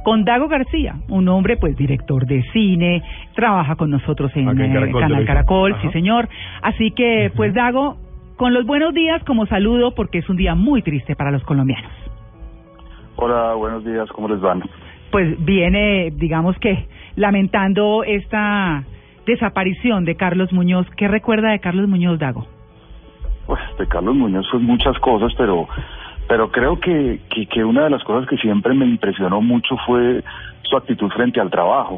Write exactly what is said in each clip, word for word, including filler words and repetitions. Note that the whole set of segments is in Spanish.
con Dago García, un hombre pues director de cine, trabaja con nosotros en en Caracol, eh, Canal Caracol, sí señor. Así que Uh-huh. pues Dago, con los buenos días como saludo porque es un día muy triste para los colombianos. Hola, buenos días, ¿cómo les van? Pues viene, digamos que, lamentando esta desaparición de Carlos Muñoz. ¿Qué recuerda de Carlos Muñoz, Dago? Pues de Carlos Muñoz son muchas cosas, pero pero creo que, que, que una de las cosas que siempre me impresionó mucho fue su actitud frente al trabajo.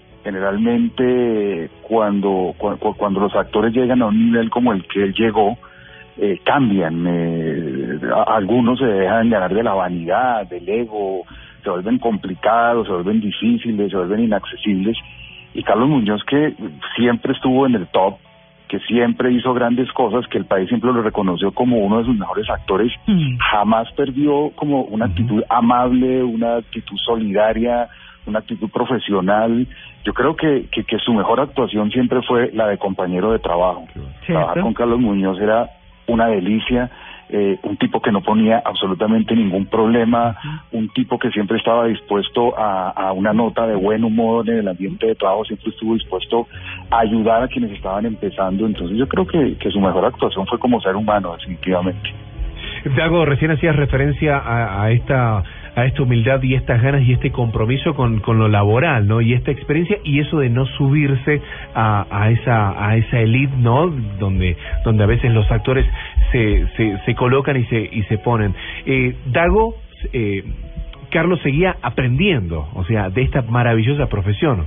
Generalmente cuando, cuando, cuando los actores llegan a un nivel como el que él llegó, eh, cambian, eh, a, algunos se dejan ganar de la vanidad, del ego, se vuelven complicados, se vuelven difíciles, se vuelven inaccesibles, y Carlos Muñoz, que siempre estuvo en el top, que siempre hizo grandes cosas, que el país siempre lo reconoció como uno de sus mejores actores, mm. jamás perdió como una actitud amable, una actitud solidaria, una actitud profesional. Yo creo que, que, que su mejor actuación siempre fue la de compañero de trabajo. ¿Cierto? Trabajar con Carlos Muñoz era una delicia, eh, un tipo que no ponía absolutamente ningún problema, uh-huh. un tipo que siempre estaba dispuesto a, a una nota de buen humor en el ambiente de trabajo, siempre estuvo dispuesto a ayudar a quienes estaban empezando. Entonces yo creo que, que su mejor actuación fue como ser humano, definitivamente. Dago, recién hacías referencia a, a esta a esta humildad y estas ganas y este compromiso con, con lo laboral, ¿no? Y esta experiencia y eso de no subirse a, a esa a esa elite, ¿no? Donde donde a veces los actores se se, se colocan y se y se ponen. Eh, Dago, eh, Carlos seguía aprendiendo, o sea, de esta maravillosa profesión.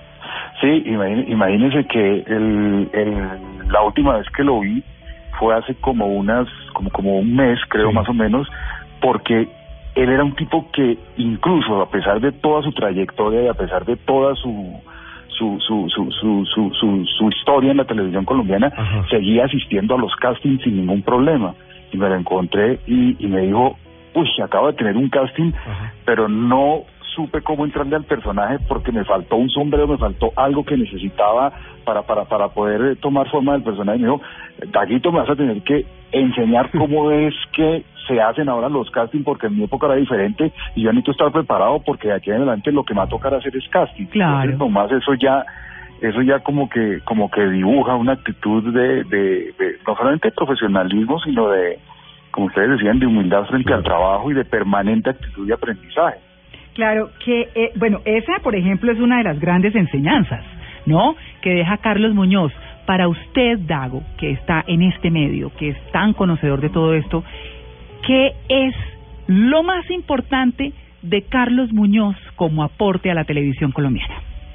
Sí, imagínese que el, el, la última vez que lo vi fue hace como unas como como un mes, creo, sí. más o menos, porque él era un tipo que incluso a pesar de toda su trayectoria y a pesar de toda su su su su su su, su, su historia en la televisión colombiana, ajá. seguía asistiendo a los castings sin ningún problema. Y me lo encontré y, y me dijo, uy, acabo de tener un casting, ajá. pero no supe cómo entrarle al personaje porque me faltó un sombrero, me faltó algo que necesitaba para para para poder tomar forma del personaje. Y me dijo, Daguito, me vas a tener que enseñar cómo es que se hacen ahora los castings, porque en mi época era diferente y yo necesito estar preparado porque de aquí en adelante lo que me va a tocar hacer es casting. Claro. Entonces nomás eso ya eso ya como que como que dibuja una actitud de, de, de no solamente de profesionalismo, sino de, como ustedes decían, de humildad frente claro. al trabajo y de permanente actitud de aprendizaje. Claro, que, eh, bueno, esa, por ejemplo, es una de las grandes enseñanzas, ¿no?, que deja Carlos Muñoz. Para usted, Dago, que está en este medio, que es tan conocedor de todo esto, ¿qué es lo más importante de Carlos Muñoz como aporte a la televisión colombiana?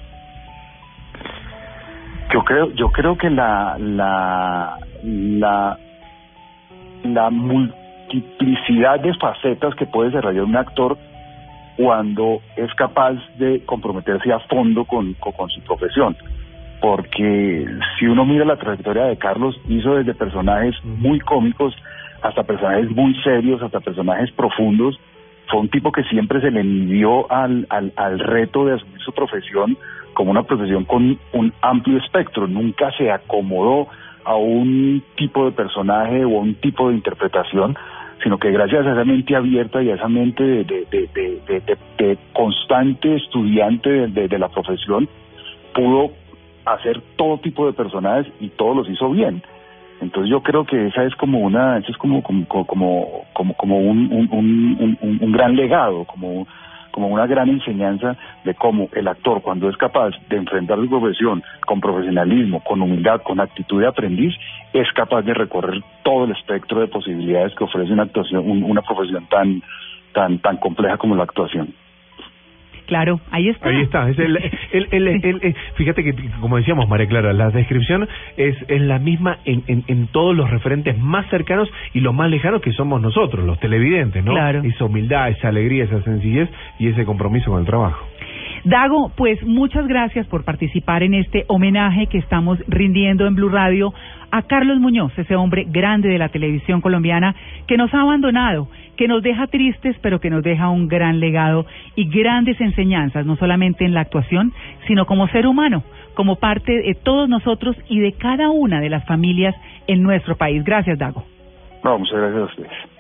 Yo creo, yo creo que la, la, la, la multiplicidad de facetas que puede desarrollar un actor cuando es capaz de comprometerse a fondo con, con, con su profesión. Porque si uno mira la trayectoria de Carlos, hizo desde personajes muy cómicos hasta personajes muy serios, hasta personajes profundos. Fue un tipo que siempre se le midió al, al, al reto de asumir su profesión como una profesión con un amplio espectro. Nunca se acomodó a un tipo de personaje o a un tipo de interpretación, sino que gracias a esa mente abierta y a esa mente de, de, de, de, de, de, de constante estudiante de, de, de la profesión, pudo hacer todo tipo de personajes y todos los hizo bien. Entonces yo creo que esa es como una, eso es como como como como como un un, un, un, un gran legado, como como una gran enseñanza de cómo el actor, cuando es capaz de enfrentar su profesión con profesionalismo, con humildad, con actitud de aprendiz, es capaz de recorrer todo el espectro de posibilidades que ofrece una actuación, un, una profesión tan tan tan compleja como la actuación. Claro, ahí está. Ahí está. Es el, el, el, el, el, el, fíjate que, como decíamos, María Clara, la descripción es, es la misma en, en, en todos los referentes más cercanos y los más lejanos, que somos nosotros, los televidentes, ¿no? Claro. Esa humildad, esa alegría, esa sencillez y ese compromiso con el trabajo. Dago, pues muchas gracias por participar en este homenaje que estamos rindiendo en Blue Radio a Carlos Muñoz, ese hombre grande de la televisión colombiana que nos ha abandonado, que nos deja tristes, pero que nos deja un gran legado y grandes enseñanzas, no solamente en la actuación, sino como ser humano, como parte de todos nosotros y de cada una de las familias en nuestro país. Gracias, Dago. No, muchas gracias a ustedes.